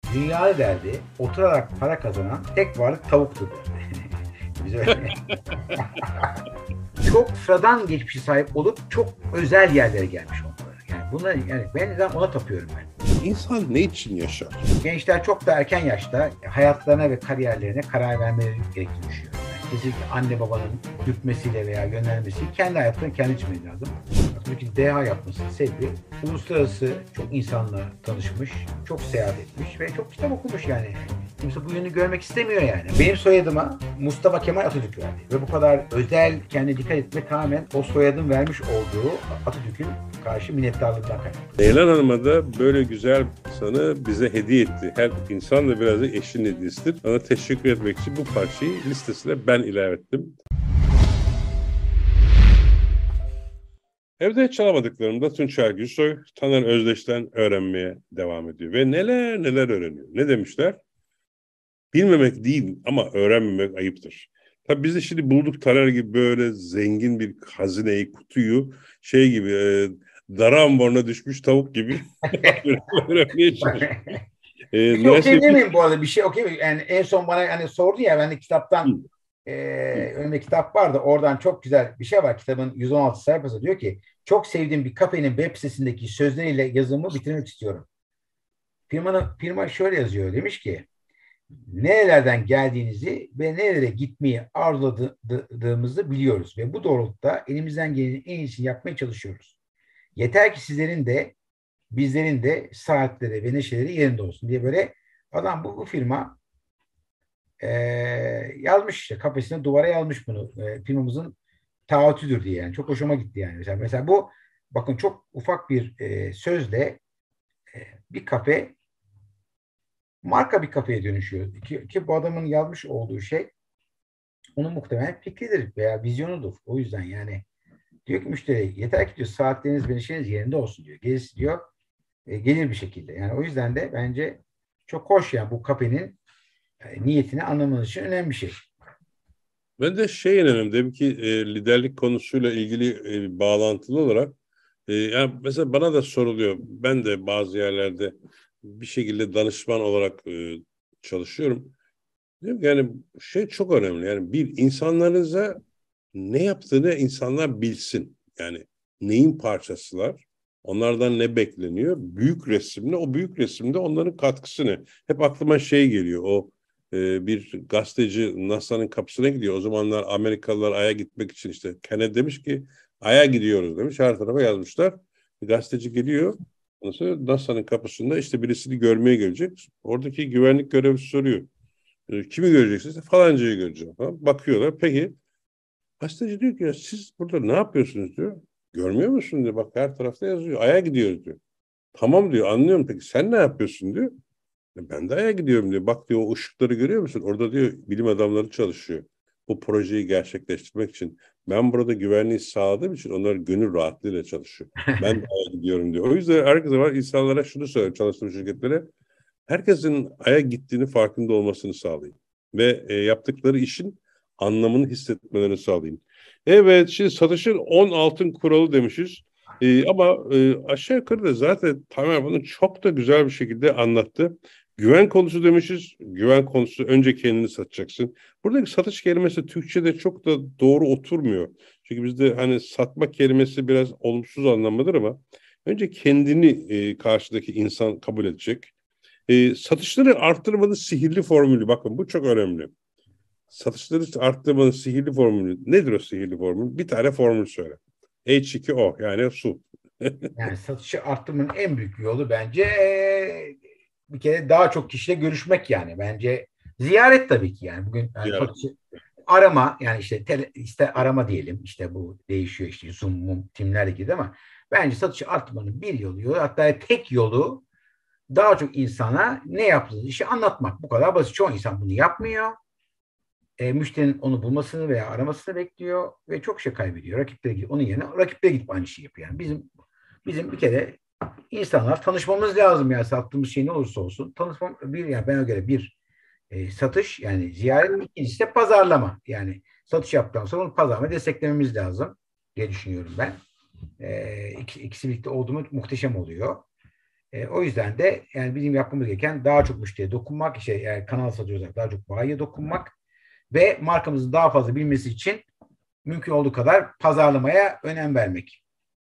Dünya derdi oturarak para kazanan tek varlık tavuktur derdi. Biz öyle. Çok sıradan geçmişe sahip olup çok özel yerlere gelmiş olmaları. Yani bunlar, yani ben ona tapıyorum ben. İnsan ne için yaşar? Gençler çok da erken yaşta hayatlarına ve kariyerlerine karar vermeleri gerektiğini düşünüyorum. Yani kesinlikle anne babanın dürtmesiyle veya yönlendirmesiyle kendi hayatlarını kendi çizmeleri lazım. Atatürk'ün DH yapmasının sebebi uluslararası çok insanla tanışmış, çok seyahat etmiş ve çok kitap okumuş yani. Kimse bu yönünü görmek istemiyor yani. Benim soyadıma Mustafa Kemal Atatürk verdi. Ve bu kadar özel, kendine dikkat etme tamamen o soyadın vermiş olduğu Atatürk'ün karşı minnettarlığından kaynaklı. Leylan Hanım'a da böyle güzel insanı bize hediye etti. Her insan da biraz da eşin hediyesidir. Ona teşekkür etmek için bu parçayı listesine ben ilave ettim. Evde çalamadıklarımda Tunçer Gülsoy, Taner Özdeş'ten öğrenmeye devam ediyor. Ve neler neler öğreniyor. Ne demişler? Bilmemek değil ama öğrenmemek ayıptır. Tabii biz de şimdi bulduk Taner gibi böyle zengin bir hazineyi, kutuyu şey gibi dara ambarına düşmüş tavuk gibi öğrenmeye çalışıyoruz. Bir şey Neyse okuyabilir miyim bu arada? Bir şey okuyabilir miyim? Yani en son bana hani sordu ya, ben de kitaptan önümde kitap vardı. Oradan çok güzel bir şey var. Kitabın 116 sayfası diyor ki çok sevdiğim bir kafenin web sitesindeki sözleriyle yazımı bitirmek istiyorum. Firma şöyle yazıyor. Demiş ki nerelerden geldiğinizi ve nerelere gitmeyi arzuladığımızı biliyoruz ve bu doğrultuda elimizden gelenin en iyisini yapmaya çalışıyoruz. Yeter ki sizlerin de bizlerin de saatleri ve neşeleri yerinde olsun diye böyle adam bu firma e, yazmış işte kafesine duvara yazmış bunu. Firmamızın taahhütüdür diye yani. Çok hoşuma gitti yani. Mesela bu bakın çok ufak bir sözle bir kafe marka bir kafeye dönüşüyor. Ki bu adamın yazmış olduğu şey onun muhtemelen fikridir veya vizyonudur. O yüzden yani diyor ki müşteri yeter ki diyor saatleriniz ve neşeniz yerinde olsun diyor. Gerisi diyor gelir bir şekilde. Yani o yüzden de bence çok hoş yani bu kafenin niyetini anlamanız için önemli bir şey. ben de şey inanıyorum. Dedim ki liderlik konusuyla ilgili bağlantılı olarak yani mesela bana da soruluyor. Ben de bazı yerlerde bir şekilde danışman olarak çalışıyorum. Diyorum ki yani şey çok önemli. Yani bir insanlarınıza ne yaptığını insanlar bilsin. Yani neyin parçasılar, onlardan ne bekleniyor? Büyük resimle, o büyük resimde onların katkısını. Hep aklıma şey geliyor. O bir gazeteci NASA'nın kapısına gidiyor. O zamanlar Amerikalılar Ay'a gitmek için işte Kennedy demiş ki Ay'a gidiyoruz demiş. Her tarafa yazmışlar. Bir gazeteci geliyor. Ondan sonra NASA'nın kapısında işte birisini görmeye gelecek. Oradaki güvenlik görevlisi soruyor. Kimi göreceksiniz? Falancayı göreceğim. Falan. Bakıyorlar. Peki gazeteci diyor ki ya siz burada ne yapıyorsunuz diyor. Görmüyor musun diyor. Bak her tarafta yazıyor. Ay'a gidiyoruz diyor. Tamam diyor anlıyorum peki sen ne yapıyorsun diyor. Ben de Ay'a gidiyorum diyor. Bak diyor o ışıkları görüyor musun? Orada diyor bilim adamları çalışıyor. Bu projeyi gerçekleştirmek için. Ben burada güvenliği sağladığım için onlar gönül rahatlığıyla çalışıyor. Ben de Ay'a gidiyorum diyor. O yüzden herkese var insanlara şunu söylüyorum çalıştığım şirketlere. Herkesin Ay'a gittiğini farkında olmasını sağlayın. Ve yaptıkları işin anlamını hissetmelerini sağlayın. Evet, şimdi satışın 10 altın kuralı demişiz. Ama aşağı yukarı da zaten Tamer bunu çok da güzel bir şekilde anlattı. Güven konusu demişiz. Güven konusu önce kendini satacaksın. Buradaki satış kelimesi Türkçe'de çok da doğru oturmuyor. Çünkü bizde hani satma kelimesi biraz olumsuz anlamdadır ama önce kendini karşıdaki insan kabul edecek. Satışları arttırmanın sihirli formülü. Bakın bu çok önemli. Satışları arttırmanın sihirli formülü. Nedir o sihirli formül? Bir tane formül söyle. H2O yani su. Yani satışı arttırmanın en büyük yolu bence bir kere daha çok kişiyle görüşmek yani. Bence ziyaret tabii ki yani. Bugün yani Yani, satışı arama yani işte işte arama diyelim işte bu değişiyor işte Zoom, Team'lerle gibi ama bence satışı arttırmanın bir yolu hatta tek yolu daha çok insana ne yaptığı işi anlatmak. Bu kadar basit. Çoğu insan bunu yapmıyor. Müşterinin onu bulmasını veya aramasını bekliyor ve çok şey kaybediyor. Onun yerine rakiplere gidip aynı şeyi yapıyor. Yani bizim bir kere insanlar tanışmamız lazım yani sattığımız şey ne olursa olsun. Tanışmam bir yani bana göre bir satış yani ziyaret ikincisi de pazarlama. Yani satış yaptıktan sonra onu pazarlama desteklememiz lazım diye düşünüyorum ben. İkisi birlikte oldu mu muhteşem oluyor. O yüzden de yani bizim yapmamız gereken daha çok müşteriye dokunmak, yani kanal satıyorsak daha çok bayiye dokunmak ve markamızın daha fazla bilmesi için mümkün olduğu kadar pazarlamaya önem vermek.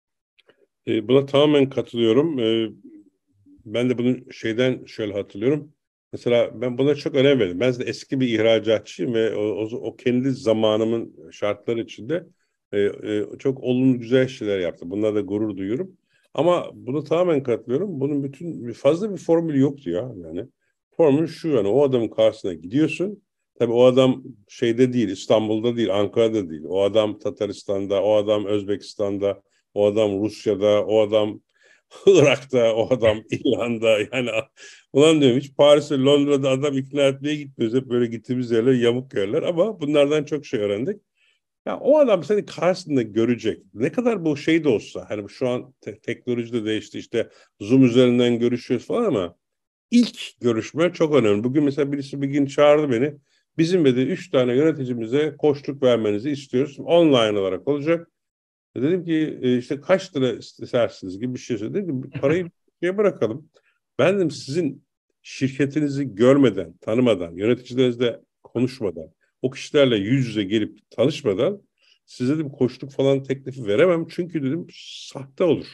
Buna tamamen katılıyorum. Ben de bunu şeyden şöyle hatırlıyorum. Mesela ben buna çok önem verdim. Ben de eski bir ihracatçıyım ve o kendi zamanımın şartları içinde çok olumlu güzel şeyler yaptım. Bunlarla gurur duyuyorum. Ama bunu tamamen katılıyorum. Bunun fazla bir formülü yoktu ya yani. Formül şu, yani o adamın karşısına gidiyorsun. Tabii o adam şeyde değil, İstanbul'da değil, Ankara'da değil. O adam Tataristan'da, o adam Özbekistan'da, o adam Rusya'da, o adam Irak'ta, o adam İran'da, yani ulan diyorum, hiç Paris'te, Londra'da adam ikna etmeye gitmiyoruz. Hep böyle gittiğimiz yerler yamuk yerler, ama bunlardan çok şey öğrendik. Ya o adam seni karşısında görecek. Ne kadar bu şey de olsa, hani şu an teknoloji de değişti, işte Zoom üzerinden görüşüyoruz falan, ama ilk görüşme çok önemli. Bugün mesela birisi bir gün çağırdı beni. Bizim dedi 3 tane yöneticimize koçluk vermenizi istiyoruz. Online olarak olacak. Dedim ki işte kaç lira istersiniz gibi bir şey söyledi. Dedim ki parayı bir bırakalım. Ben dedim sizin şirketinizi görmeden, tanımadan, yöneticilerinizle konuşmadan, o kişilerle yüz yüze gelip tanışmadan size dedim koçluk falan teklifi veremem. Çünkü dedim sahte olur.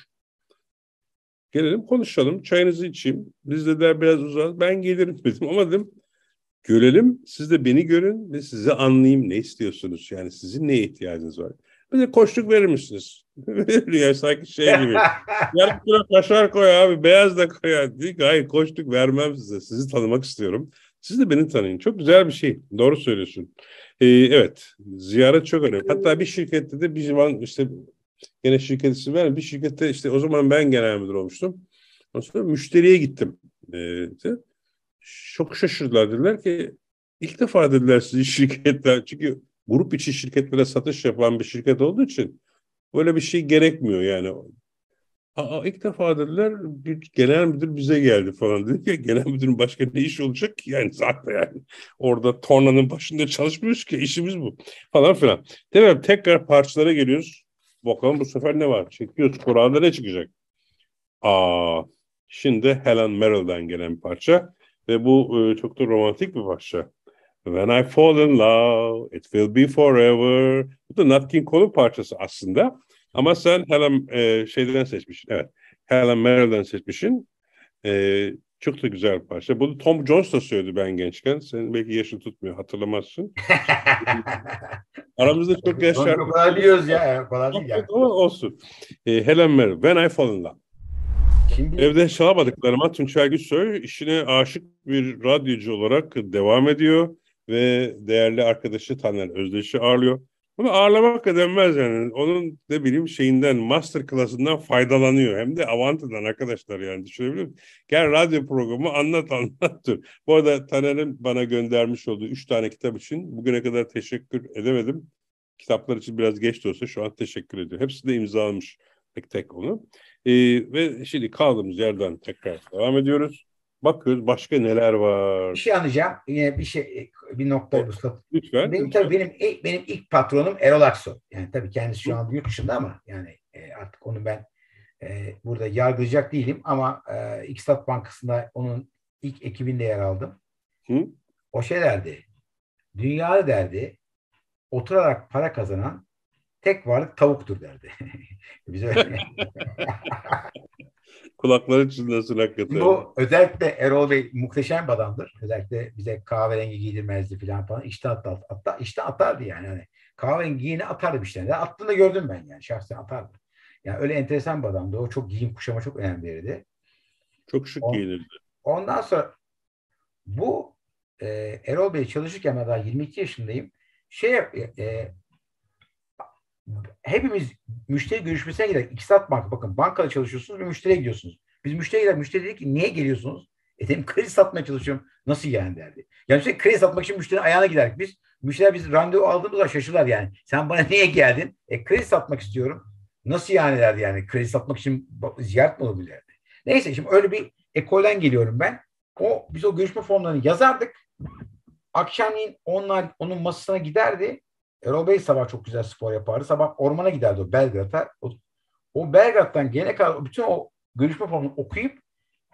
Gelelim konuşalım, çayınızı içeyim. Biz de biraz uzak, ben gelirim dedim, ama dedim görelim, siz de beni görün ve sizi anlayayım, ne istiyorsunuz? Yani sizin neye ihtiyacınız var? Bir de koçluk verir misiniz? Ya sanki şey gibi. Yarım kilo kaşar koy abi, beyaz da koy. Dedi ki hayır, koçluk vermem size. Sizi tanımak istiyorum. Siz de beni tanıyın. Çok güzel bir şey. Doğru söylüyorsun. Evet. Ziyaret çok önemli. Hatta bir şirkette de bir zaman işte, gene şirket isim vermem, bir şirkette işte o zaman ben genel müdür olmuştum. Ondan sonra müşteriye gittim. İşte çok şaşırdılar, dediler ki ilk defa dediler sizin şirketler, çünkü grup içi şirketlere satış yapan bir şirket olduğu için böyle bir şey gerekmiyor yani. İlk defa dediler, bir genel müdür bize geldi falan. Dedik ya, genel müdürün başka ne iş olacak ki yani, zaten yani orada tornanın başında çalışmıyoruz ki, işimiz bu falan filan. Tamam, tekrar parçalara geliyoruz. Bakalım bu sefer ne var? Çekiyoruz. Kur'an'da ne çıkacak? Aa, şimdi Helen Merrill'den gelen bir parça ve bu çok da romantik bir parça. When I fall in love, it will be forever. Bu da Nat King Cole'un parçası aslında. Ama sen Helen şeyden seçmişsin. Evet. Helen Merrill'den seçmişsin. Çok da güzel bir parça. Bunu Tom Jones da söyledi ben gençken. Senin belki yaşın tutmuyor, hatırlamazsın. Aramızda çok yaş Onu o şarkı. kadar biliyoruz ya. O kadar değil yani. Ama olsun. Helen Merrill, When I Fall in Love. Şimdi Evde çalamadıklarıma Tunçer Güçsoy işine aşık bir radyocu olarak devam ediyor ve değerli arkadaşı Taner Özdeş'i ağırlıyor. Bunu ağırlamak da denmez yani. Onun ne bileyim şeyinden, master class'ından faydalanıyor. Hem de Avantı'dan arkadaşlar, yani düşünebiliyor musun? Gel radyo programı anlat anlat. Bu arada Taner'in bana göndermiş olduğu 3 tane kitap için bugüne kadar teşekkür edemedim. Kitaplar için biraz geç de olsa şu an teşekkür ediyor. Hepsi de imzalamış tek tek onu. Ve şimdi kaldığımız yerden tekrar devam ediyoruz. Bakıyoruz başka neler bir var. şey anlayacağım. Yine bir nokta bu. Lütfen, Tabii lütfen. benim ilk patronum Erol Aksoy. Yani tabii kendisi şu an yurt dışında ama yani artık onu ben burada yargılayacak değilim ama İktisat Bankası'nda onun ilk ekibinde yer aldım. Hı? O şey derdi. Dünyada derdi oturarak para kazanan tek varlık tavuktur derdi. Biz öyle. Kulakları çınlasın hakikaten. Bu özellikle Erol Bey muhteşem bir adamdır. Özellikle bize kahverengi giydirmezdi falan. İşte işte atardı yani. Hani kahverengi giyini atardı bir şeyler. Attığını gördüm ben yani. Şahsen atardı. Yani öyle enteresan bir adamdı. O çok giyim kuşama çok önem verirdi. Çok şık giyinirdi. Ondan sonra bu Erol Bey çalışırken ben daha 22 yaşındayım. Şey hepimiz müşteri görüşmesine gider. İktisat Bank, bakın bankada çalışıyorsunuz ve müşteriye gidiyorsunuz. Biz müşteriye gider. Müşteri dedi ki niye geliyorsunuz? Dedim kredi satmaya çalışıyorum. Nasıl yani derdi. Yani işte kredi satmak için müşterinin ayağına giderdik biz. Müşteriler biz randevu aldığımızda şaşırırlar yani. Sen bana niye geldin? Kredi satmak istiyorum. Nasıl yani derdi yani. Kredi satmak için ziyaret mi olabilir derdi. Neyse şimdi öyle bir ekolden geliyorum ben. Biz o görüşme formlarını yazardık. Akşamleyin onun masasına giderdi. Erol Bey sabah çok güzel spor yapardı. Sabah ormana giderdi o Belgrad'a. O Belgrad'dan gelene kadar bütün o görüşme formunu okuyup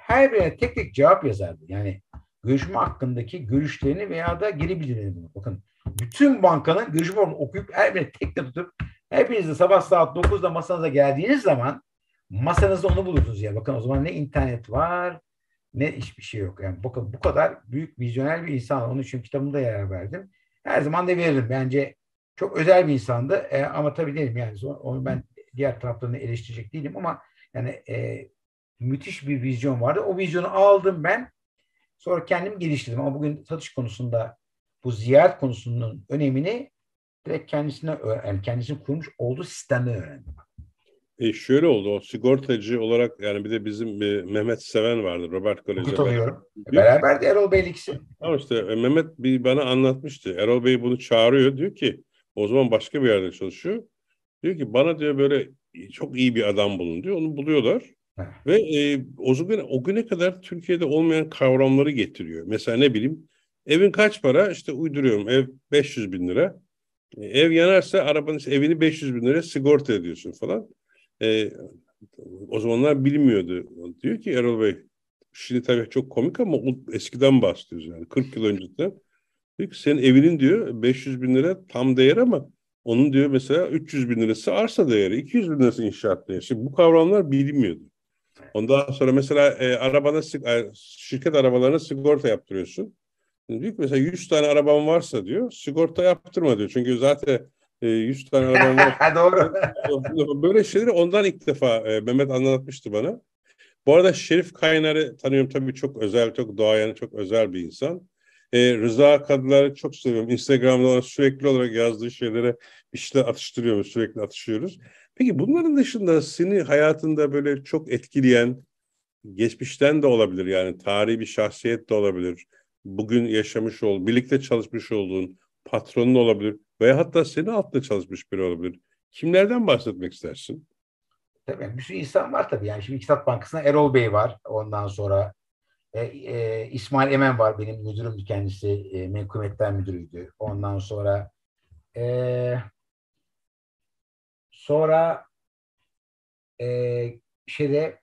her birine tek tek cevap yazardı. Yani görüşme hakkındaki görüşlerini veya da geri bildirimlerini. Bakın bütün bankanın görüşme raporunu okuyup her birine tek tek tutup hepiniz de sabah saat 9'da masanıza geldiğiniz zaman masanızda onu bulursunuz ya. Bakın o zaman ne internet var ne hiçbir şey yok. Yani bakın bu kadar büyük vizyoner bir insan. Onun için kitabımda yer verdim. Her zaman da veririm. Bence çok özel bir insandı. Ama tabii değilim yani. Onu ben diğer taraflarını eleştirecek değilim ama yani müthiş bir vizyon vardı. O vizyonu aldım ben. Sonra kendim geliştirdim. Ama bugün satış konusunda bu ziyaret konusunun önemini direkt yani kendisinin kurmuş olduğu sistemden öğrendim. Şöyle oldu, o sigortacı olarak yani bir de bizim Mehmet Seven vardı, Robert Kolej'e Tanıyorum. Beraber de Erol Bey'le ikisi. Ama işte Mehmet bir bana anlatmıştı. Erol Bey bunu çağırıyor. Diyor ki o zaman başka bir yerde çalışıyor. Diyor ki bana diyor böyle çok iyi bir adam bulun diyor. Onu buluyorlar. Ve o güne kadar Türkiye'de olmayan kavramları getiriyor. Mesela ne bileyim, evin kaç para? İşte uyduruyorum, ev 500 bin lira. Ev yanarsa arabanın evini 500 bin lira sigorta ediyorsun falan. E, O zamanlar bilmiyordu. Diyor ki Erol Bey, şimdi tabii çok komik ama eskiden bahsediyoruz yani 40 yıl önceden. Diyor ki senin evinin diyor 500 bin lira tam değer ama onun diyor mesela 300 bin lirası arsa değeri, 200 bin lirası inşaat değeri. Şimdi bu kavramlar bilinmiyordu. Ondan sonra mesela şirket arabalarına sigorta yaptırıyorsun. Diyor ki mesela 100 tane araban varsa diyor sigorta yaptırma diyor. Çünkü zaten 100 tane araban var. Doğru. Böyle şeyleri ondan ilk defa Mehmet anlatmıştı bana. Bu arada Şerif Kaynar'ı tanıyorum, tabii çok özel, çok doğayan, çok özel bir insan. Rıza Kadılar'ı çok seviyorum. Instagram'da sürekli olarak yazdığı şeylere bir şeyler atıştırıyoruz, sürekli atışıyoruz. Peki bunların dışında seni hayatında böyle çok etkileyen, geçmişten de olabilir yani tarihi bir şahsiyet de olabilir. Bugün yaşamış birlikte çalışmış olduğun patronun olabilir veya hatta senin altında çalışmış biri olabilir. Kimlerden bahsetmek istersin? Tabii bir sürü insan var tabii. Yani şimdi Kitap Bankası'nda Erol Bey var. Ondan sonra İsmail Emen var. Benim müdürümdü kendisi. Menkul Kıymetler Müdürüydü. Ondan sonra e, sonra e, şeyde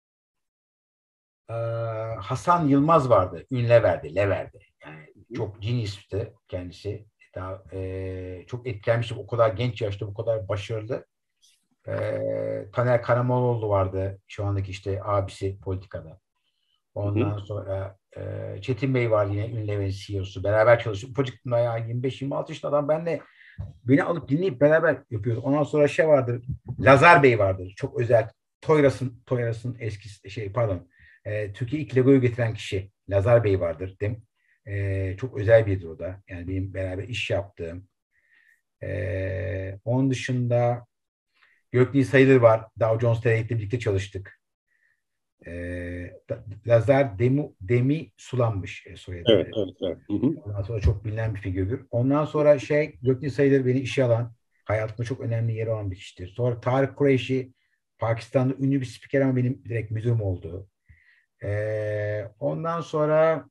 e, Hasan Yılmaz vardı. Ünlever'de. Yani çok genius'tı kendisi. Daha, çok etkilenmiştim. O kadar genç yaşta bu kadar başarılı. Taner Karamollaoğlu vardı. Şu andaki işte abisi politikada. Ondan sonra Çetin Bey var yine Ünlü'nün CEO'su. Beraber çalıştık. Ufacık ya 25-26 yaşında adam beni alıp dinleyip beraber yapıyordu. Ondan sonra şey vardır. Lazar Bey vardır. Çok özel. Toyras'ın eski pardon. Türkiye ilk logoyu getiren kişi Lazar Bey vardır. Çok özel biridir o da. Yani benim beraber iş yaptığım. Onun dışında Göknil Sayılır var. Dow Jones Trade'le birlikte çalıştık. Lazar Demi Sulanmış soyadı. Evet, evet, evet. Ondan sonra çok bilinen bir figürdür. Ondan sonra Göknil Sayılır beni işe alan, hayatımda çok önemli yeri olan bir kişidir. Sonra Tarık Kureyşi, Pakistan'da ünlü bir spiker ama benim direkt müdürüm oldu. Ondan sonra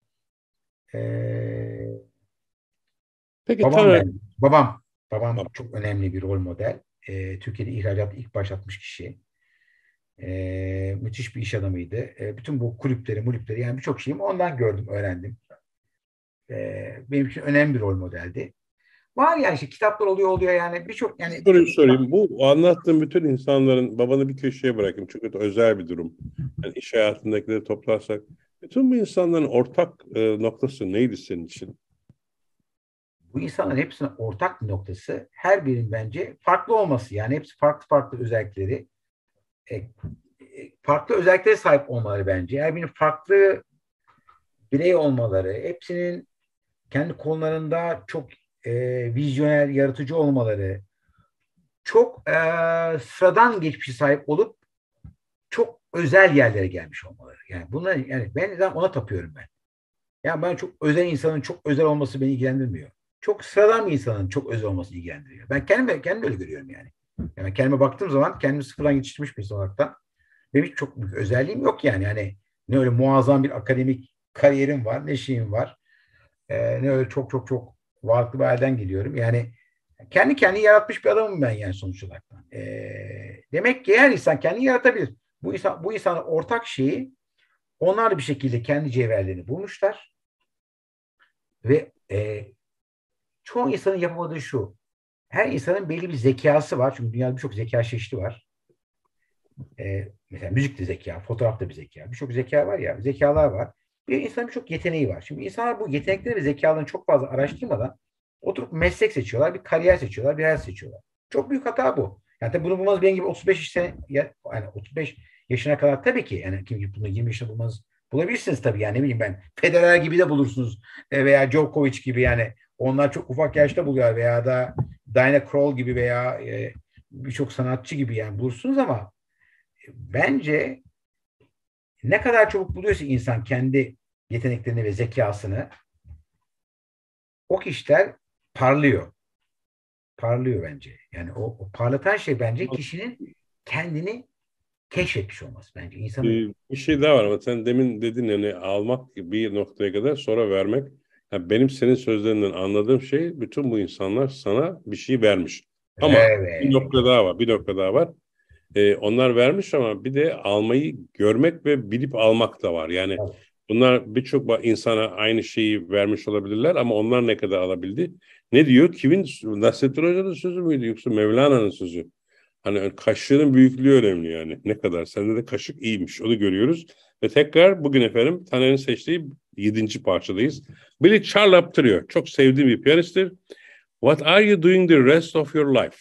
Peki babam Taner, ben. Babam çok önemli bir rol model. Türkiye'de ihracatı ilk başlatmış kişi. Müthiş bir iş adamıydı. Bütün bu mulüpleri yani birçok şeyimi ondan gördüm, öğrendim. Benim için önemli bir rol modeldi. Var yani işte kitaplar oluyor yani birçok yani soruyu sorayım. Bu anlattığım bütün insanların babanı bir köşeye bırakayım. Çünkü özel bir durum. Yani iş hayatındakileri toplarsak. Bütün bu insanların ortak noktası neydi senin için? bu insanların hepsinin ortak bir noktası her birinin bence farklı olması. Yani hepsi farklı özellikleri farklı özelliklere sahip olmaları bence. Her birinin farklı birey olmaları, hepsinin kendi konularında çok vizyoner, yaratıcı olmaları, çok sıradan geçmişe sahip olup çok özel yerlere gelmiş olmaları. Yani bunlar yani ben ona tapıyorum ben. Yani ben çok özel insanın çok özel olması beni ilgilendirmiyor. Çok sıradan bir insanın çok özel olması ilgilendiriyor. Ben kendim öyle görüyorum yani. Yani kendime baktığım zaman kendimi sıfırdan yetiştirmiş bir insan olaraktan benim hiç çok büyük özelliğim yok yani. Yani ne öyle muazzam bir akademik kariyerim var, ne şeyim var. Ne öyle çok varlıklı bir aileden geliyorum. Yani kendi yaratmış bir adamım ben yani sonuç olarak. Demek ki her insan kendini yaratabilir. Bu insan ortak şeyi Onlar bir şekilde kendi cevherlerini bulmuşlar ve çoğu insanın yapamadığı şu. Her insanın belli bir zekası var. Çünkü dünyada birçok zeka çeşidi var. Mesela müzik de zeka, fotoğraf da bir zeka. Birçok zeka var ya, zekalar var. Bir insanın birçok yeteneği var. Şimdi insanlar bu yetenekleri ve zekalarını çok fazla araştırmadan oturup meslek seçiyorlar, bir kariyer seçiyorlar, bir hayat seçiyorlar. Çok büyük hata bu. Yani tabii bunu bulmanız benim gibi 35 sene, yani 35 yaşına kadar tabii ki yani kim bunu 20 yaşında bulmanız bulabilirsiniz tabii yani ne bileyim ben Federer gibi de bulursunuz veya Djokovic gibi yani onlar çok ufak yaşta buluyor veya da Diana Krall gibi veya birçok sanatçı gibi yani bulursunuz ama bence ne kadar çabuk buluyorsa insan kendi yeteneklerini ve zekasını o kişiler parlıyor. Parlıyor bence. Yani o parlatan şey bence kişinin kendini keşfetmiş olması bence. İnsanın Bir şey daha var ama sen demin dedin yani almak bir noktaya kadar sonra vermek. Ha, benim senin sözlerinden anladığım şey bütün bu insanlar sana bir şey vermiş. Ama bir evet. nokta daha var. Bir nokta daha var. Onlar vermiş ama bir de almayı görmek ve bilip almak da var. Yani bunlar birçok insana aynı şeyi vermiş olabilirler ama onlar ne kadar alabildi? Ne diyor? Kimin? Nasrettin Hoca'nın sözü müydü yoksa Mevlana'nın sözü? Hani kaşığının büyüklüğü önemli yani. Ne kadar? Sende de kaşık iyiymiş. Onu görüyoruz. Ve tekrar bugün efendim Taner'in seçtiği 7. parçadayız. Billy Charlap çok sevdiğim bir piyanisttir. What are you doing the rest of your life?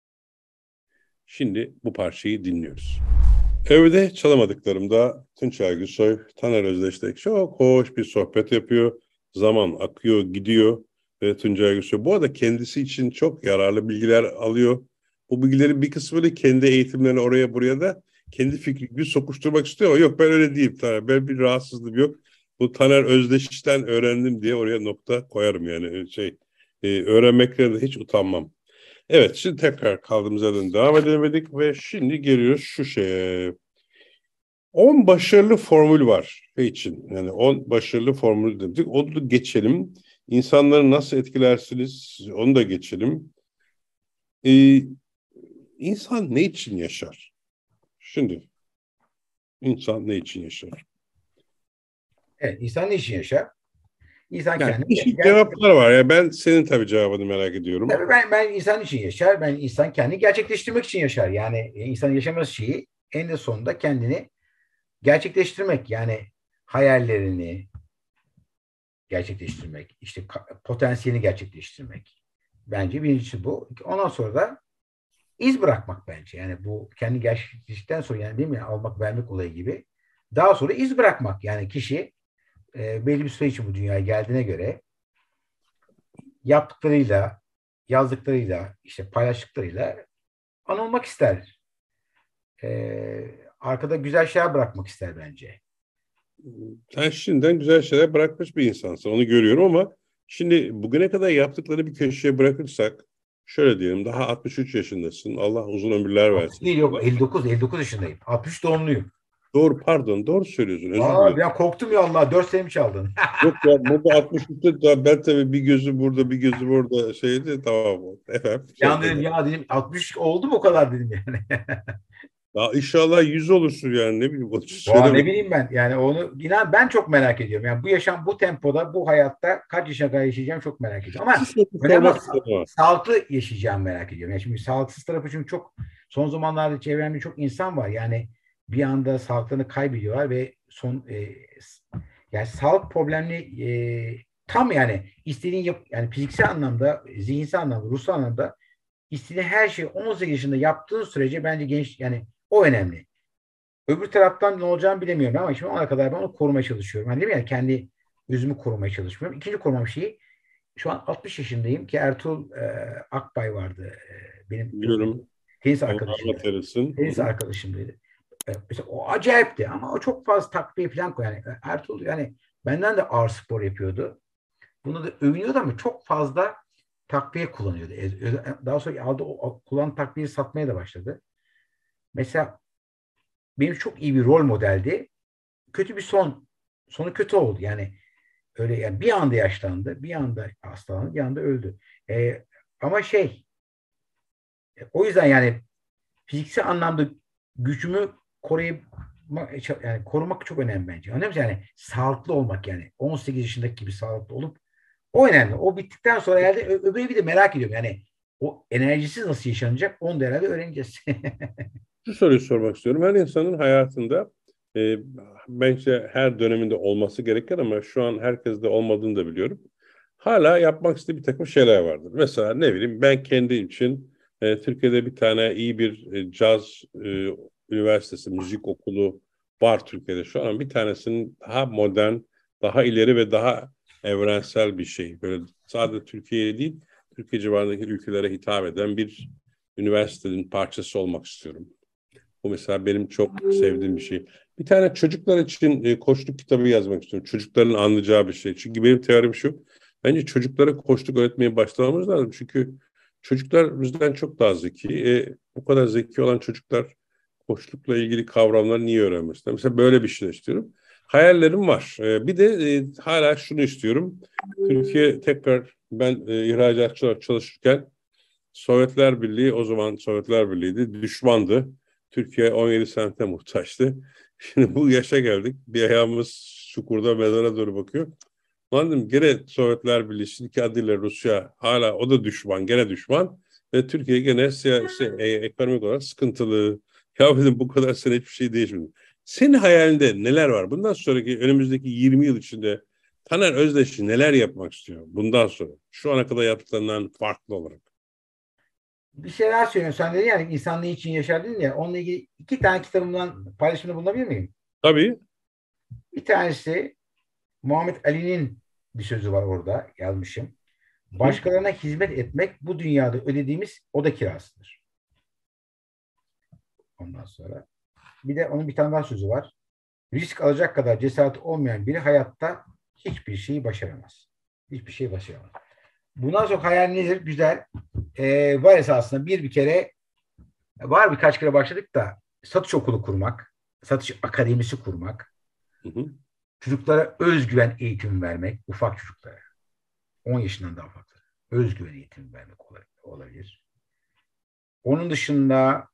Şimdi bu parçayı dinliyoruz. Evde çalamadıklarımda Tunç Aygüsoy, Taner Özdeş'te çok hoş bir sohbet yapıyor. Zaman akıyor, gidiyor. Ve Tuncay Aygüsoy bu arada kendisi için çok yararlı bilgiler alıyor. Bu bilgilerin bir kısmını kendi eğitimlerine oraya buraya da kendi fikri gibi sokuşturmak istiyor ama yok ben öyle değilim Taner. Ben bir rahatsızlığım yok. Bu Taner Özdeş'ten öğrendim diye oraya nokta koyarım yani. Öğrenmekten de hiç utanmam. Evet, şimdi tekrar kaldığımız yerden devam edemedik ve şimdi geliyoruz şu şeye. 10 başarılı formül var şey için. Yani 10 başarılı formül dedik. Onu da geçelim. İnsanları nasıl etkilersiniz? Onu da geçelim. Ee, insan ne için yaşar? Şimdi insan ne için yaşar? Evet, insan ne için yaşar? İnsan Yani kendi değişik cevaplar var ya. Ben senin tabii cevabını merak ediyorum. tabii ben insan için yaşar. Ben insan kendi gerçekleştirmek için yaşar. Yani insanın yaşaması şeyi en de sonunda kendini gerçekleştirmek. Yani hayallerini, gerçekleştirmek, işte potansiyelini gerçekleştirmek. Bence birincisi bu. Ondan sonra da iz bırakmak bence. Yani bu kendi gerçekleştikten sonra yani değil mi? Almak vermek olayı gibi. Daha sonra iz bırakmak. Yani kişi belli bir süre için bu dünyaya geldiğine göre yaptıklarıyla, yazdıklarıyla, işte paylaştıklarıyla anılmak ister. Arkada güzel şeyler bırakmak ister bence. Sen şimdiden güzel şeyler bırakmış bir insansın. Onu görüyorum ama şimdi bugüne kadar yaptıkları bir köşeye bırakırsak şöyle diyelim daha 63 yaşındasın. Allah uzun ömürler 60 versin değil sana. yok 59 yaşındayım. 63 doğumluyum. Doğru pardon doğru söylüyorsun özür Aa dilerim. ya korktum ya Allah 4 senemi çaldın. Yok ya burada 63'te ben tabii bir gözü burada bir gözü burada şeydi tamam efendim Ya sonunda dedim geldi. ya dedim 60 oldu mu o kadar dedim yani. Ya inşallah 100 olursun yani ne bileyim onu Valla söyleme. ne bileyim ben yani onu inan ben çok merak ediyorum. Yani bu yaşam bu tempoda bu hayatta kaç yaşına kadar yaşayacağım çok merak ediyorum. Şu Ama soru önemli sormak olan istedim ama. sağlıklı yaşayacağım merak ediyorum. Yani şimdi sağlıksız tarafı çünkü çok son zamanlarda çevremde çok insan var. Yani bir anda sağlıklarını kaybediyorlar ve yani sağlık problemli tam yani istediğin yani fiziksel anlamda, zihinsel anlamda, ruhsal anlamda istediğin her şeyi 18 yaşında yaptığın sürece bence genç yani o önemli. Öbür taraftan ne olacağını bilemiyorum ama şimdi ona kadar ben onu korumaya çalışıyorum. Hani değil mi? Yani kendi özümü korumaya çalışıyorum. İkinci korumam şeyi şu an 60 yaşındayım ki Ertuğrul Akbay vardı. Benim Biliyorum. tenis Allah arkadaşım. rahmet eylesin. Hı Tenis hı. arkadaşımdı. Mesela o acayipti ama o çok fazla takviye falan koy. Yani Ertuğrul yani benden de ağır spor yapıyordu. Bunu da övünüyordu ama çok fazla takviye kullanıyordu. Daha sonra aldı o kullanılan takviyeyi satmaya da başladı. Mesela benim çok iyi bir rol modeldi. Kötü bir sonu kötü oldu. Yani öyle yani bir anda yaşlandı, bir anda hastalandı, bir anda öldü. Ama o yüzden yani fiziksel anlamda gücümü koruyabilmek yani korumak çok önemli bence. Önemli yani sağlıklı olmak yani. 18 yaşındaki gibi sağlıklı olup o önemli. O bittikten sonra herhalde öbürü bir de merak ediyorum. Yani o enerjisiz nasıl yaşanacak? Onu da herhalde öğreneceğiz. Şu soruyu sormak istiyorum. Her insanın hayatında e, bence her döneminde olması gereken ama şu an herkeste olmadığını da biliyorum. Hala yapmak istediği bir takım şeyler vardır. Mesela ne bileyim ben kendi için Türkiye'de bir tane iyi bir caz üniversitesi, müzik okulu var Türkiye'de şu an. Bir tanesinin daha modern, daha ileri ve daha evrensel bir şey. Böyle sadece Türkiye'ye değil, Türkiye civarındaki ülkelere hitap eden bir üniversitenin parçası olmak istiyorum. Bu mesela benim çok sevdiğim bir şey. Bir tane çocuklar için koçluk kitabı yazmak istiyorum. Çocukların anlayacağı bir şey. Çünkü benim teorim şu. Bence çocuklara koçluk öğretmeye başlamamız lazım. Çünkü çocuklar bizden çok daha zeki. Bu kadar zeki olan çocuklar koçlukla ilgili kavramları niye öğrenmesinler? Mesela böyle bir şey istiyorum. Hayallerim var. Bir de hala şunu istiyorum. Türkiye tekrar ben ihracatçı olarak çalışırken Sovyetler Birliği o zaman Sovyetler Birliği'ydi. Düşmandı. Türkiye 17 sente muhtaçtı. Şimdi bu yaşa geldik. Bir ayağımız çukurda mezara doğru bakıyor. Lan dedim gene Sovyetler Birliği, şimdiki adıyla Rusya hala o da düşman, gene düşman. Ve Türkiye gene siyasi, ekonomik olarak sıkıntılı. Ya dedim bu kadar sene hiçbir şey değişmedi. Senin hayalinde neler var? Bundan sonraki önümüzdeki 20 yıl içinde Taner Özdeş neler yapmak istiyor bundan sonra? Şu ana kadar yaptıklarından farklı olarak. Bir şeyler söylüyorsun. Sen dedin yani insanlığı için yaşar dedin ya. Onunla ilgili 2 tane kitabımdan paylaşımda bulunabilir miyim? Tabii. Bir tanesi Muhammed Ali'nin bir sözü var orada yazmışım. Hı Başkalarına hizmet etmek bu dünyada ödediğimiz oda kirasıdır. Ondan sonra bir de onun bir tane daha sözü var. Risk alacak kadar cesareti olmayan biri hayatta hiçbir şeyi başaramaz. Hiçbir şey başaramaz. Bundan sonra hayal nedir? Güzel. Var esasında bir kere var birkaç kere başladık da satış okulu kurmak, satış akademisi kurmak, hı. Hı. çocuklara özgüven eğitimi vermek, ufak çocuklara, 10 yaşından daha fazla özgüven eğitimi vermek olabilir. Onun dışında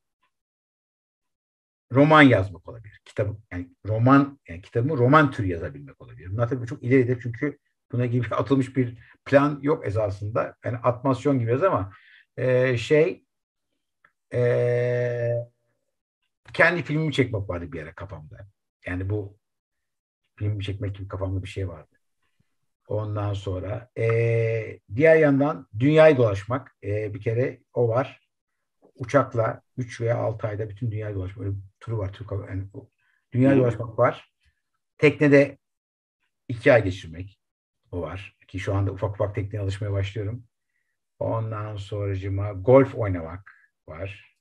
roman yazmak olabilir. Kitabı yani roman yani kitabımı roman türü yazabilmek olabilir. Bunlar tabii çok ileridir çünkü buna gibi atılmış bir plan yok esasında. Yani atmasyon gibi yaz ama e, şey e, kendi filmimi çekmek vardı bir ara kafamda. Yani bu filmimi çekmek gibi kafamda bir şey vardı. Ondan sonra diğer yandan dünyayı dolaşmak. Bir kere o var. Uçakla 3 veya 6 ayda bütün dünyayı dolaşmak. Öyle bir turu var. Yani Hı dünyayı hı. dolaşmak var. Teknede 2 ay geçirmek. O var. Ki şu anda ufak ufak tekneye alışmaya başlıyorum. Ondan sonracıma golf oynamak var.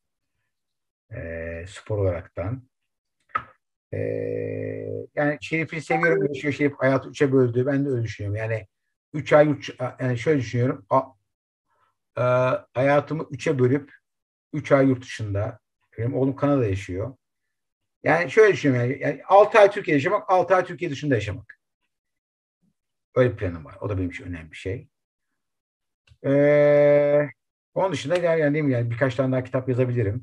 Spor olaraktan. Yani Şerif'i seviyorum. Yaşıyor Şerif hayatı 3'e böldü. Ben de öyle düşünüyorum. Yani 3 ay yani şöyle düşünüyorum. E, hayatımı 3'e bölüp 3 ay yurt dışında. Benim oğlum Kanada yaşıyor. Yani şöyle düşünüyorum. Yani 6 ay Türkiye'de yaşamak, 6 ay Türkiye dışında yaşamak. Öyle bir planım var. O da benim için önemli bir şey. Ee, onun dışında yani, değil mi? Yani birkaç tane daha kitap yazabilirim.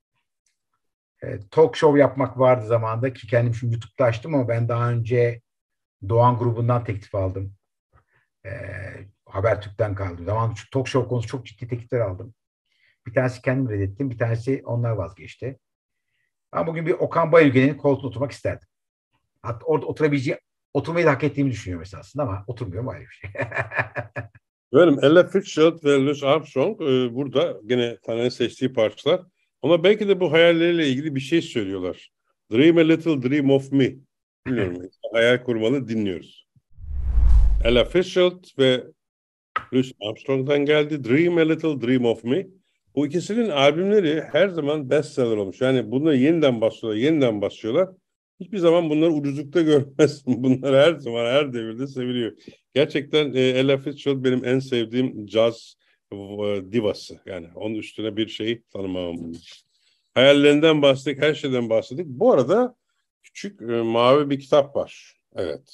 Talk show yapmak vardı zamanında ki kendim şimdi YouTube'da açtım ama ben daha önce Doğan grubundan teklif aldım. Habertürk'ten kaldım. Zamanında şu talk show konusu çok ciddi teklifler aldım. Bir tanesi kendim reddettim. Bir tanesi onlar vazgeçti. Ama bugün bir Okan Bayülgen'in koltuğuna oturmak isterdim. Hatta orada oturmayı da hak ettiğimi düşünüyorum esasında ama oturmuyorum ayrı bir şey. Benim Ella Fitzgerald ve Louis Armstrong burada gene Taner'in seçtiği parçalar. Ama belki de bu hayalleriyle ilgili bir şey söylüyorlar. Dream a little dream of me. Bilmiyorum. Hayal kurmanı dinliyoruz. Ella Fitzgerald ve Louis Armstrong'dan geldi. Dream a little dream of me. Bu ikisinin albümleri her zaman bestseller olmuş. Yani bunları yeniden basıyorlar, yeniden basıyorlar. Hiçbir zaman bunları ucuzlukta görmezsin. Bunlar her zaman, her devirde seviliyor. Gerçekten Ella Fitzgerald benim en sevdiğim caz divası. Yani onun üstüne bir şey tanımamam. Hayallerinden bahsettik, her şeyden bahsettik. Bu arada küçük mavi bir kitap var. Evet.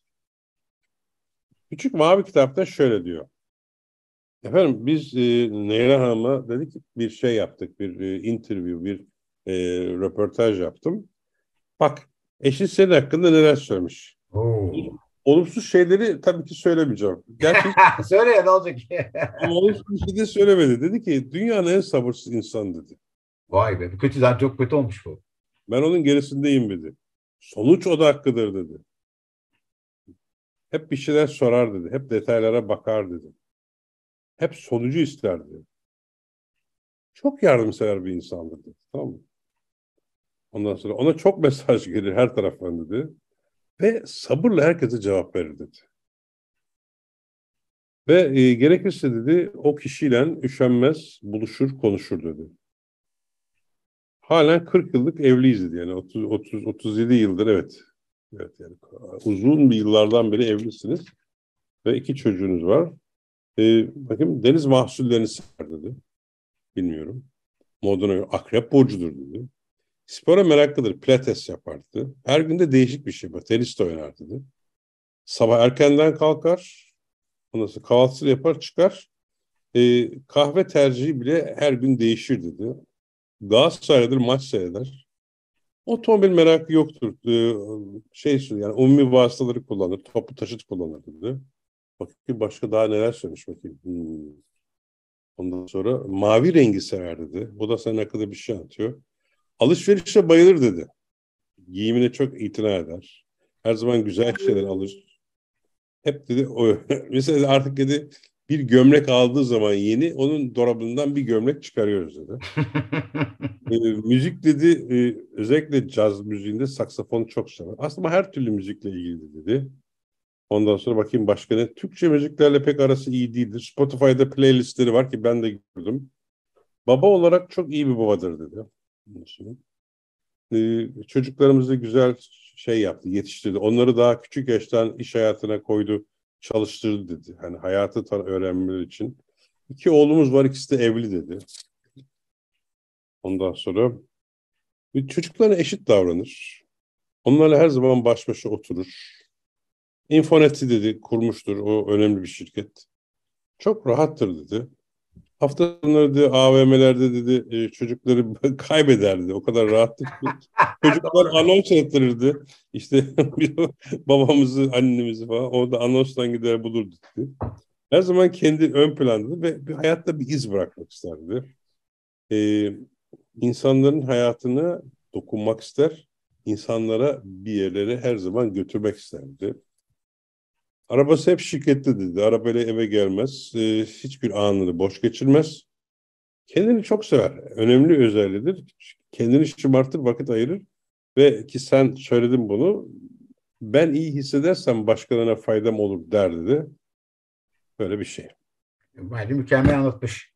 Küçük mavi kitapta şöyle diyor. Efendim biz Neyran Hanım'a dedik bir şey yaptık, bir interview, bir röportaj yaptım. Bak, eşin senin hakkında neler söylemiş. Oo. Olumsuz şeyleri tabii ki söylemeyeceğim. Gerçi Söyle ya, ne olacak? ama olumsuz bir şey de söylemedi. Dedi ki dünyanın en sabırsız insan dedi. Vay be, bu kötü, zaten çok kötü olmuş bu. Ben onun gerisindeyim dedi. Sonuç odaklıdır dedi. Hep bir şeyler sorar dedi. Hep detaylara bakar dedi. Hep sonucu ister dedi. Çok yardımsever bir insandır dedi. Tamam mı? Ondan sonra ona çok mesaj gelir her taraftan dedi. Ve sabırla herkese cevap verir dedi. Ve gerekirse dedi o kişiyle üşenmez, buluşur, konuşur dedi. Halen 40 yıllık evliyiz dedi. Yani 37 yıldır, evet. Evet, yani uzun bir yıllardan beri evlisiniz ve 2 çocuğunuz var. Bakayım, deniz mahsullerini sever dedi. Bilmiyorum. Moduna göre akrep burcudur dedi. Spora meraklıdır. Pilates yapardı. Her gün de değişik bir şey yapar. Tenis de oynar dedi. Sabah erkenden kalkar. Ondan sonra kahvaltısını yapar, çıkar. Kahve tercihi bile her gün değişir dedi. Galatasaray'dır, maç seyreder. Otomobil merakı yoktur. Yani umumi vasıtaları kullanır. Toplu taşıt kullanır dedi. Bakayım başka daha neler söylemiş bakayım. Ondan sonra mavi rengi sever dedi. Bu da senin hakkında bir şey anlatıyor. Alışverişe bayılır dedi. Giyimine çok itina eder. Her zaman güzel şeyler alır. Hep dedi o mesela artık dedi bir gömlek aldığı zaman yeni onun dolabından bir gömlek çıkarıyoruz dedi. Müzik dedi özellikle caz müziğinde saksafonu çok sever. Aslında her türlü müzikle ilgili dedi. Ondan sonra bakayım başka ne? Türkçe müziklerle pek arası iyi değildir. Spotify'da playlistleri var ki ben de gördüm. Baba olarak çok iyi bir babadır dedi. Çocuklarımızı güzel şey yaptı, yetiştirdi. Onları daha küçük yaştan iş hayatına koydu, çalıştırdı dedi. Hani hayatı öğrenmeleri için. 2 oğlumuz var, ikisi de evli dedi. Ondan sonra çocuklarına eşit davranır. Onlarla her zaman baş başa oturur. Infonet'i dedi kurmuştur. O önemli bir şirket. Çok rahattır dedi. Hafta sonları dedi, AVM'lerde dedi çocukları kaybeder dedi. O kadar rahattır ki. Çocuklar Doğru. anons ettirirdi. İşte babamızı, annemizi falan. Orada anonstan gider bulurdu dedi. Her zaman kendi ön plandadır ve bir hayatta bir iz bırakmak isterdi. Ee, insanların hayatına dokunmak ister. İnsanlara bir yerlere her zaman götürmek isterdi. Arabası hep şirkette dedi. Arabayla eve gelmez. Hiçbir anını boş geçirmez. Kendini çok sever. Önemli özelliğidir. Kendini şımartır, vakit ayırır. Ve ki sen söyledin bunu. Ben iyi hissedersem başkalarına faydam olur der dedi. Böyle bir şey. Bence mükemmel anlatmış.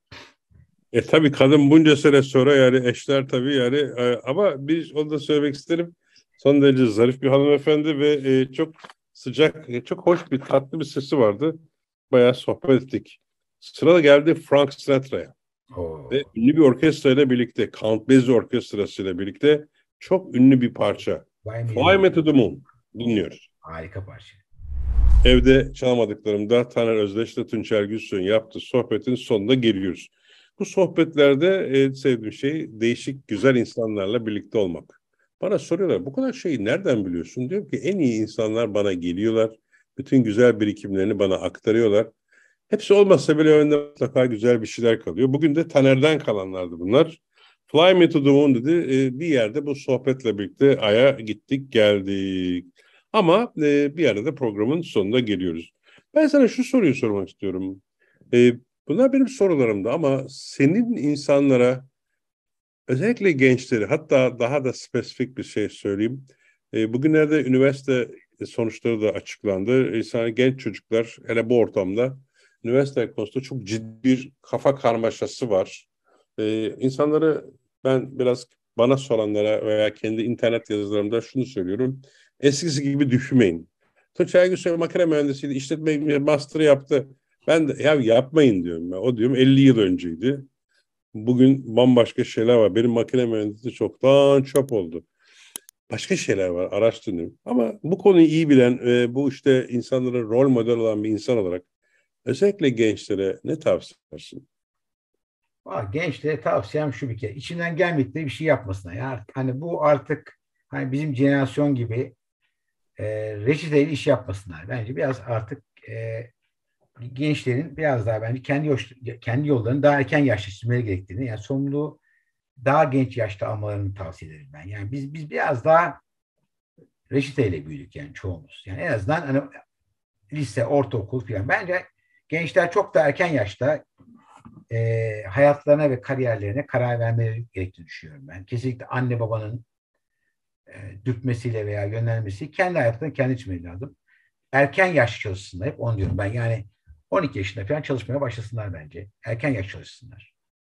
Tabii kadın bunca sene sonra yani eşler tabii yani ama onu da söylemek isterim. Son derece zarif bir hanımefendi ve çok sıcak, çok hoş bir tatlı bir sesi vardı. Bayağı sohbet ettik. Sırada geldi Frank Sinatra'ya. Ve Oo. ünlü bir orkestrayla birlikte, Count Basie orkestrasıyla birlikte çok ünlü bir parça. Vay Fly million. Me to the Moon Oo. dinliyoruz. Harika parça. Evde çalamadıklarımda Taner Özdeş ile Tunçer Gülsoy'un yaptığı sohbetin sonuna geliyoruz. Bu sohbetlerde sevdiğim şey değişik, güzel insanlarla birlikte olmak. Bana soruyorlar, bu kadar şeyi nereden biliyorsun? Diyorum ki en iyi insanlar bana geliyorlar. Bütün güzel birikimlerini bana aktarıyorlar. Hepsi olmazsa bile önünde mutlaka güzel bir şeyler kalıyor. Bugün de Taner'den kalanlardı bunlar. Fly Me to the Moon dedi. Bir yerde bu sohbetle birlikte Ay'a gittik geldik. Ama bir arada programın sonuna geliyoruz. Ben sana şu soruyu sormak istiyorum. E, bunlar benim sorularımdı ama senin insanlara, özellikle gençleri, hatta daha da spesifik bir şey söyleyeyim. Bugünlerde üniversite sonuçları da açıklandı. Genç çocuklar hele bu ortamda üniversite konusunda çok ciddi bir kafa karmaşası var. İnsanları ben biraz bana soranlara veya kendi internet yazılarımda şunu söylüyorum. Eskisi gibi düşünmeyin. Tuğçe Aygüsoy makine mühendisiydi, işletme master yaptı. Ben de ya yapmayın diyorum. O diyorum 50 yıl önceydi. Bugün bambaşka şeyler var. Benim makine mühendisliği çoktan çöp oldu. Başka şeyler var, araştırıyorum. Ama bu konuyu iyi bilen, bu işte insanlara rol model olan bir insan olarak özellikle gençlere ne tavsiye edersin? Gençlere tavsiyem şu bir kere. İçinden gelmedikleri bir şey yapmasına. Yani hani bu artık hani bizim jenerasyon gibi reçeteyle iş yapmasınlar. Bence biraz artık gençlerin biraz daha bence kendi yollarını daha erken yaşta çizmeleri gerektiğini, yani sorumluluğu daha genç yaşta almalarını tavsiye ederim ben. Yani biz biraz daha reçeteyle büyüdük yani çoğumuz. Yani en azından hani lise, ortaokul falan. Bence gençler çok da erken yaşta hayatlarına ve kariyerlerine karar vermeleri gerektiğini düşünüyorum ben. Kesinlikle anne babanın dürtmesiyle veya yönlenmesi kendi hayatlarını kendi içmeleri lazım. Erken yaş çalışsınlar. Hep onu diyorum ben. Yani 12 yaşında falan çalışmaya başlasınlar bence. Erken yaş çalışsınlar.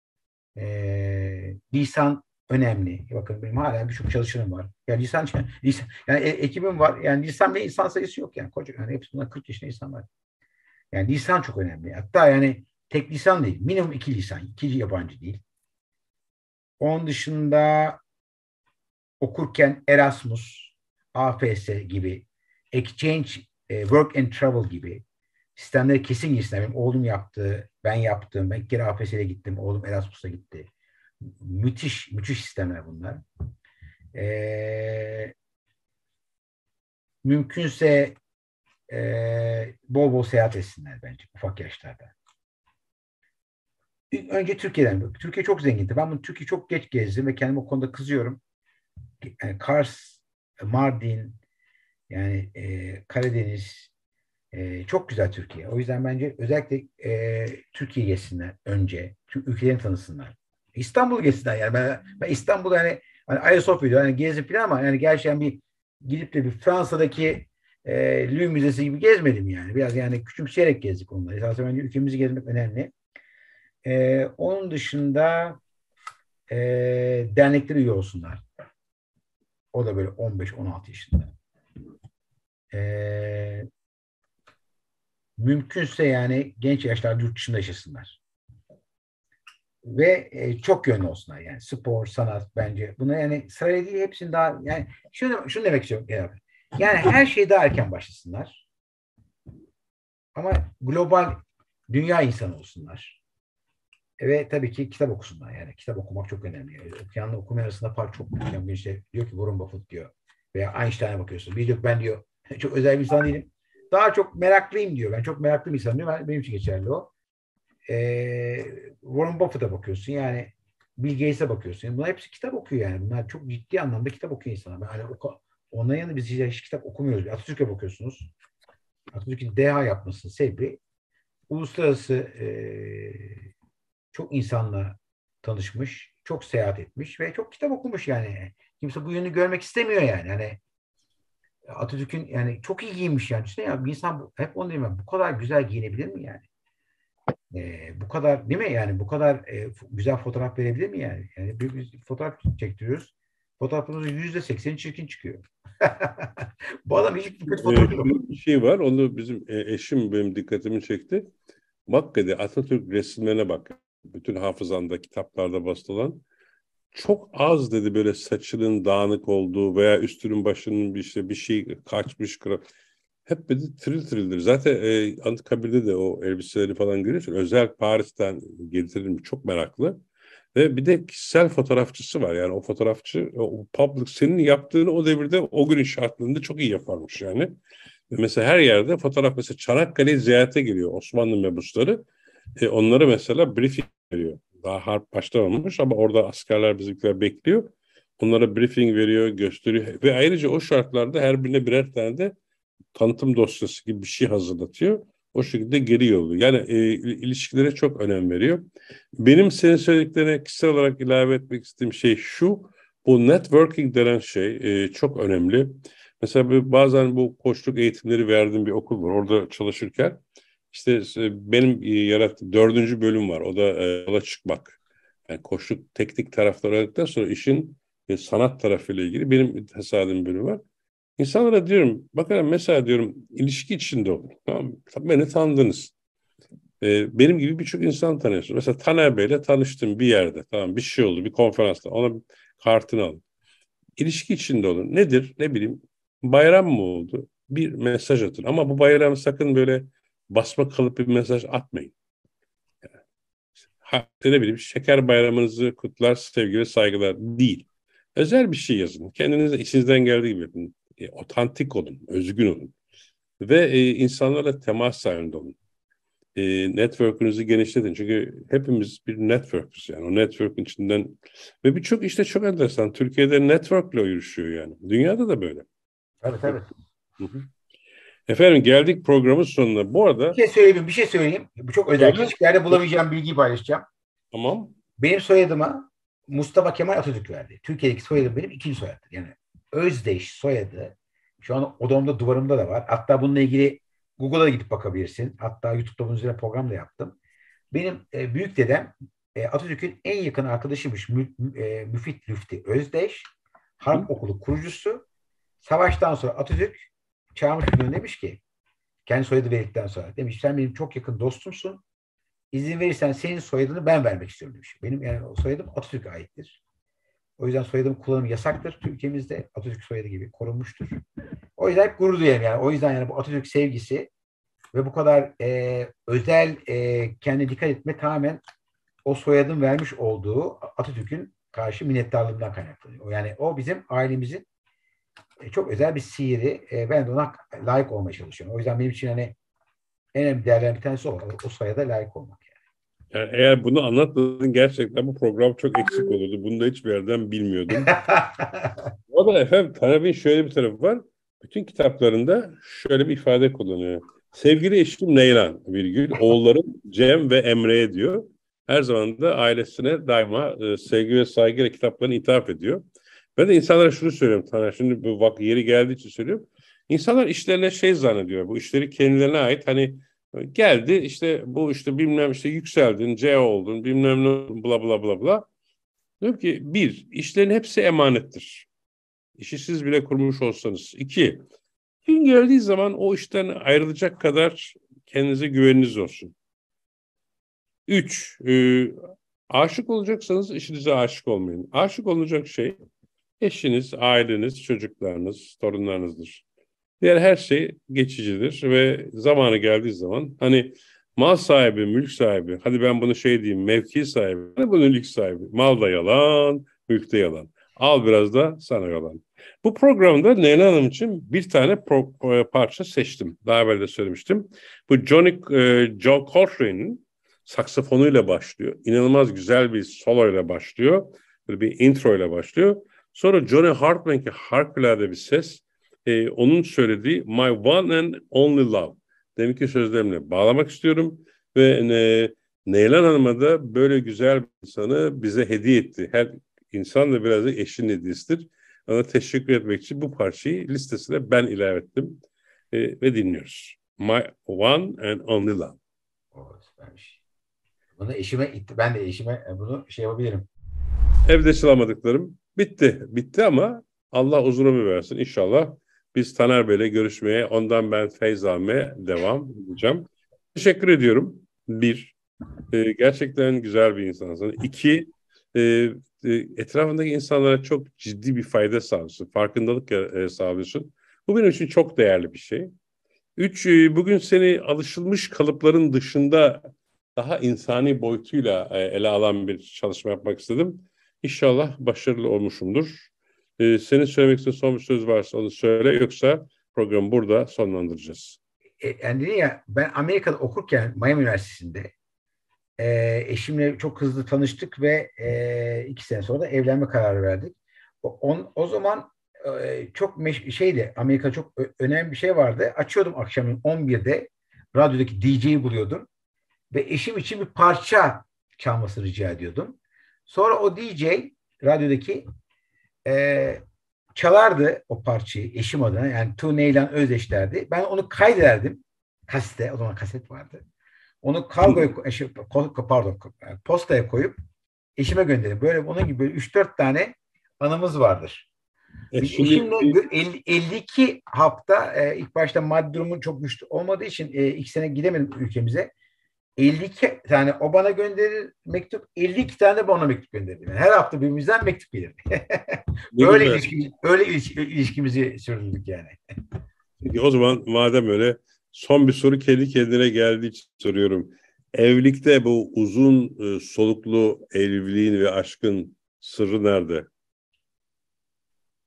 Lisan önemli. Bakın benim hala birçok çalışanım var. Yani lisan yani ekibim var. Yani lisan ve insan sayısı yok yani. Koca, yani hepsi bunlar 40 yaşında insanlar. Yani lisan çok önemli. Hatta yani tek lisan değil. Minimum iki lisan. İki yabancı değil. Onun dışında okurken Erasmus, AFS gibi, Exchange, Work and Travel gibi sistemleri kesin gitsinler. Benim oğlum yaptı, ben yaptım. Ben bir kere AFS'ye gittim, oğlum Erasmus'a gitti. Müthiş, müthiş sistemler bunlar. Mümkünse bol bol seyahat etsinler bence ufak yaşlarda. Önce Türkiye'den. Türkiye çok zengindi. Ben bunu Türkiye çok geç gezdim ve kendime o konuda kızıyorum. Yani Kars, Mardin, yani Karadeniz, çok güzel Türkiye. O yüzden bence özellikle Türkiye gezsinler önce. Çünkü ülkelerini tanısınlar. İstanbul'u gezsinler yani. Ben İstanbul'da hani Ayasofya'da hani gezdim falan ama yani gerçekten bir gidip de bir Fransa'daki Louvre Müzesi gibi gezmedim yani. Biraz yani küçümseyerek gezdik onları. Esasında bence ülkemizi gezmek önemli. Onun dışında e, derneklere üye olsunlar. O da böyle 15-16 yaşında. E, Mümkünse yani genç yaşlarda yurt dışında yaşasınlar. Ve çok yönlü olsunlar yani spor, sanat bence. Buna yani sırayla değil hepsini daha yani şunu demek istiyorum. Yani her şeyi daha erken başlasınlar. Ama global dünya insanı olsunlar. Ve tabii ki kitap okusunlar. Yani kitap okumak çok önemli. Yani okuyanla okumayan arasında fark çok büyük. Yani işte diyor ki Warren Buffett diyor. Veya Einstein'a bakıyorsun. Bir diyor ben diyor çok özel bir insan değilim. Daha çok meraklıyım diyor. Ben çok meraklı bir insanım diyor. Benim için geçerli o. Warren Buffett'a bakıyorsun. Yani Bill Gates'e bakıyorsun. Yani bunlar hepsi kitap okuyor yani. Bunlar çok ciddi anlamda kitap okuyor insanlar. Yani onların yanında biz hiç kitap okumuyoruz. Atatürk'e bakıyorsunuz. Atatürk'ün deha yapmasının sebebi uluslararası çok insanla tanışmış, çok seyahat etmiş ve çok kitap okumuş yani. Kimse bu yönünü görmek istemiyor yani. Yani Atatürk'ün yani çok iyi giyinmiş yani. İşte ya bir insan hep onu diyeyim ben, bu kadar güzel giyinebilir mi yani? Bu kadar değil mi yani bu kadar güzel fotoğraf verebilir mi yani? Yani bir fotoğraf çektiriyoruz. Fotoğrafımızın %80'i çirkin çıkıyor. Bu adam hiç kötü fotoğraf yok. Bir şey var, onu bizim eşim benim dikkatimi çekti. Bak dedi, Atatürk resimlerine bak. Bütün hafızanda, kitaplarda basılan. Çok az dedi böyle saçının dağınık olduğu veya üstünün başının bir şey kaçmış. Hep dedi tril trildir. Zaten Anıtkabir'de de o elbiseleri falan görüyorsun. Özel Paris'ten getirilmiş, çok meraklı. Ve bir de kişisel fotoğrafçısı var. Yani o fotoğrafçı, o public senin yaptığını o devirde o günün şartlarında çok iyi yaparmış yani. Ve mesela her yerde fotoğraf, mesela Çanakkale'ye ziyarete geliyor Osmanlı mebusları. Onlara mesela briefing veriyor. Daha harp başlamamış ama orada askerler bizimkiler bekliyor. Onlara briefing veriyor, gösteriyor. Ve ayrıca o şartlarda her birine birer tane de tanıtım dosyası gibi bir şey hazırlatıyor. O şekilde geri yolluyor. Yani ilişkilere çok önem veriyor. Benim senin söylediklerine kişisel olarak ilave etmek istediğim şey şu. Bu networking denen şey çok önemli. Mesela bazen bu koçluk eğitimleri verdiğim bir okul var. Orada çalışırken işte benim yarattığım 4. bölüm var. O da yola çıkmak. Yani koçluk teknik tarafları öğrendikten sonra işin sanat tarafıyla ilgili benim tasarladığım bölüm var. İnsanlara diyorum, bakın mesela diyorum ilişki içinde olun. Tamam mı? Beni tanıdınız. Benim gibi birçok insan tanıyorsun. Mesela Taner Bey'le tanıştım bir yerde. Tamam, bir şey oldu, bir konferansta. Ona bir kartını alın. İlişki içinde olun. Nedir? Ne bileyim. Bayram mı oldu? Bir mesaj atın. Ama bu bayram sakın böyle basma kalıp bir mesaj atmayın. Ha, ne bileyim, şeker bayramınızı kutlar, sevgi ve saygılar değil. Özel bir şey yazın. Kendinize içinizden geldiği gibi yapın. Otantik olun, özgün olun. Ve insanlarla temas halinde olun. Network'ünüzü genişletin. Çünkü hepimiz bir network'üz yani. O network'ün içinden ve birçok işte çok enteresan. Türkiye'de network'le yürüşüyor yani. Dünyada da böyle. Evet, evet. Hı hı. Efendim geldik programın sonuna. Bu Bir arada şey söyleyeyim, bir şey söyleyeyim. Bu çok özel. söyle. Hiçbir yerde bulamayacağım bilgiyi paylaşacağım. Tamam. Benim soyadıma Mustafa Kemal Atatürk verdi. Türkiye'deki soyadım benim ikinci soyadım. Yani Özdeş soyadı. Şu an odamda, duvarımda da var. Hatta bununla ilgili Google'a gidip bakabilirsin. Hatta YouTube'da bunun üzerine program da yaptım. Benim büyük dedem Atatürk'ün en yakın arkadaşıymış. Müfit Lüfti Özdeş. Hı. Harp Okulu kurucusu. Savaştan sonra Atatürk çağırmış bir gün demiş ki, kendi soyadı verdikten sonra demiş, sen benim çok yakın dostumsun. İzin verirsen senin soyadını ben vermek istiyorum demiş. Benim yani o soyadım Atatürk'e aittir. O yüzden soyadım kullanımı yasaktır. Ülkemizde Atatürk soyadı gibi korunmuştur. O yüzden hep gurur duyarım yani. O yüzden yani bu Atatürk sevgisi ve bu kadar özel kendine dikkat etme tamamen o soyadın vermiş olduğu Atatürk'ün karşı minnettarlığından kaynaklanıyor. Yani o bizim ailemizin çok özel bir sihiri. Ben de ona layık olmaya çalışıyorum. O yüzden benim için hani en önemli değerlerden bir tanesi o soyada layık olmak. Yani eğer bunu anlatmadın gerçekten bu program çok eksik olurdu. Bunu da hiçbir yerden bilmiyordum. O da efendim Taner şöyle bir tarafı var. Bütün kitaplarında şöyle bir ifade kullanıyor. Sevgili eşim Neylan virgül oğullarım Cem ve Emre'ye diyor. Her zaman da ailesine daima sevgi ve saygıyla kitaplarını ithaf ediyor. Ben de insanlara şunu söylüyorum Taner. Şimdi bu yeri geldiği için söylüyorum. İnsanlar işlerine şey zannediyor. Bu işleri kendilerine ait. Hani geldi işte bu işte bilmem işte yükseldin, CEO oldun, bilmem ne oldun, bla bla bla bla. Diyorum ki bir, işlerin hepsi emanettir. İşi siz bile kurmuş olsanız. İki, gün geldiği zaman o işten ayrılacak kadar kendinize güveniniz olsun. Üç, aşık olacaksanız işinize aşık olmayın. Aşık olacak şey eşiniz, aileniz, çocuklarınız, torunlarınızdır. Diğer her şey geçicidir ve zamanı geldiği zaman hani mal sahibi, mülk sahibi, hadi ben bunu şey diyeyim, mevki sahibi, hadi bunu mülk sahibi. Mal da yalan, mülk de yalan. Al biraz da sana yalan. Bu programda Neylan Hanım için bir tane parça seçtim. Daha evvel de söylemiştim. Bu John Coltrane'in saksafonuyla başlıyor. İnanılmaz güzel bir soloyla başlıyor. Böyle bir intro ile başlıyor. Sonra Johnny Hartman'ki harikulade bir ses. Onun söylediği My One and Only Love. Deminki sözlerimle bağlamak istiyorum. Ve Neylan Hanım'a da böyle güzel bir insanı bize hediye etti. Her insan da biraz da eşinin hediyesidir. Ona teşekkür etmek için bu parçayı listesine ben ilave ettim. Ve dinliyoruz. My One and Only Love. O süpermiş. Bunu eşime ben de eşime bunu şey yapabilirim. Evde çalamadıklarım bitti. Bitti ama Allah uzun ömür versin. İnşallah biz Taner Bey'le görüşmeye, ondan ben feyz almaya devam edeceğim. Teşekkür ediyorum. Bir, gerçekten güzel bir insansın. İki, e, etrafındaki insanlara çok ciddi bir fayda sağlıyorsun. Farkındalık sağlıyorsun. Bu benim için çok değerli bir şey. Üç, bugün seni alışılmış kalıpların dışında daha insani boyutuyla ele alan bir çalışma yapmak istedim. İnşallah başarılı olmuşumdur. Senin söylemek istediğin son bir söz varsa onu söyle. Yoksa programı burada sonlandıracağız. Yani dedi ya, ben Amerika'da okurken Miami Üniversitesi'nde eşimle çok hızlı tanıştık ve 2 sene sonra da evlenme kararı verdik. O zaman çok şeydi, Amerika çok önemli bir şey vardı. Açıyordum akşamın 11'de radyodaki DJ'yi buluyordum ve eşim için bir parça çalmasını rica ediyordum. Sonra o DJ radyodaki e, çalardı o parçayı eşim adına, yani Tu Neylan Özdeş derdi. Ben onu kaydederdim kasete, o zaman kaset vardı. Onu pardon, postaya koyup eşime gönderdim. Böyle onun gibi böyle 3-4 tane anımız vardır. Biz Şimdi eşimle 52 hafta ilk başta maddi durumun çok güçlü olmadığı için 2 sene gidemedim ülkemize. 52 tane o bana gönderir mektup, 52 tane de bana mektup gönderdi. Yani her hafta birbirimizden mektup gelirdi. ne güzel. Öyle ilişkimizi sürdürdük yani. Peki, o zaman madem öyle son bir soru kendi kendine geldiği için soruyorum. Evlilikte bu uzun soluklu evliliğin ve aşkın sırrı nerede?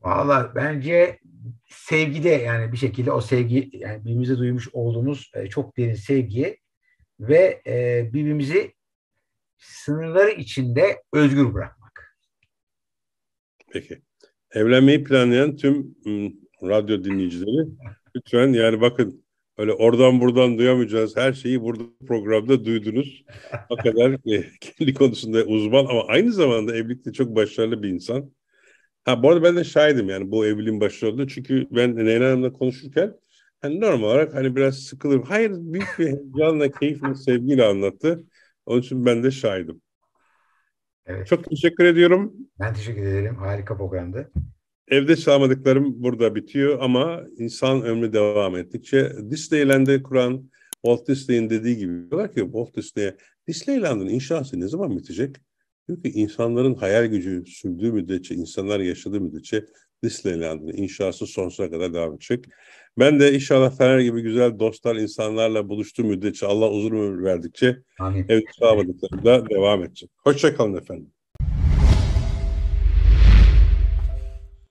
Valla bence sevgide, yani bir şekilde o sevgi, yani birbirimize duymuş olduğumuz çok derin sevgi ve birbirimizi sınırları içinde özgür bırakmak. Peki. Evlenmeyi planlayan tüm radyo dinleyicileri lütfen, yani bakın, öyle oradan buradan duyamayacağız. Her şeyi burada programda duydunuz. O kadar kendi konusunda uzman ama aynı zamanda evlilikte çok başarılı bir insan. Ha, bu arada ben de şahidim yani bu evliliğin başarılı. Çünkü ben Leyla Hanım'la konuşurken hani normal olarak hani biraz sıkılırım. Hayır, büyük bir heyecanla, keyifle, sevgiyle anlattı. Onun için ben de şahidim. Evet. Çok teşekkür ediyorum. Ben teşekkür ederim. Harika programdı. Evde çalmadıklarım burada bitiyor ama insan ömrü devam ettikçe Disneyland'i kuran Walt Disney'in dediği gibi, diyorlar ki Walt Disney'e, Disneyland'ın inşası ne zaman bitecek? Çünkü insanların hayal gücü sürdüğü müddetçe, insanlar yaşadığı müddetçe Disneyland'ın inşası sonsuza kadar devam edecek. Ben de inşallah Fener gibi güzel dostlar, insanlarla buluştuğum müddetçe, Allah uzun ömür verdikçe Amin. evde çalmadıklarım da devam edecek. Hoşça kalın efendim.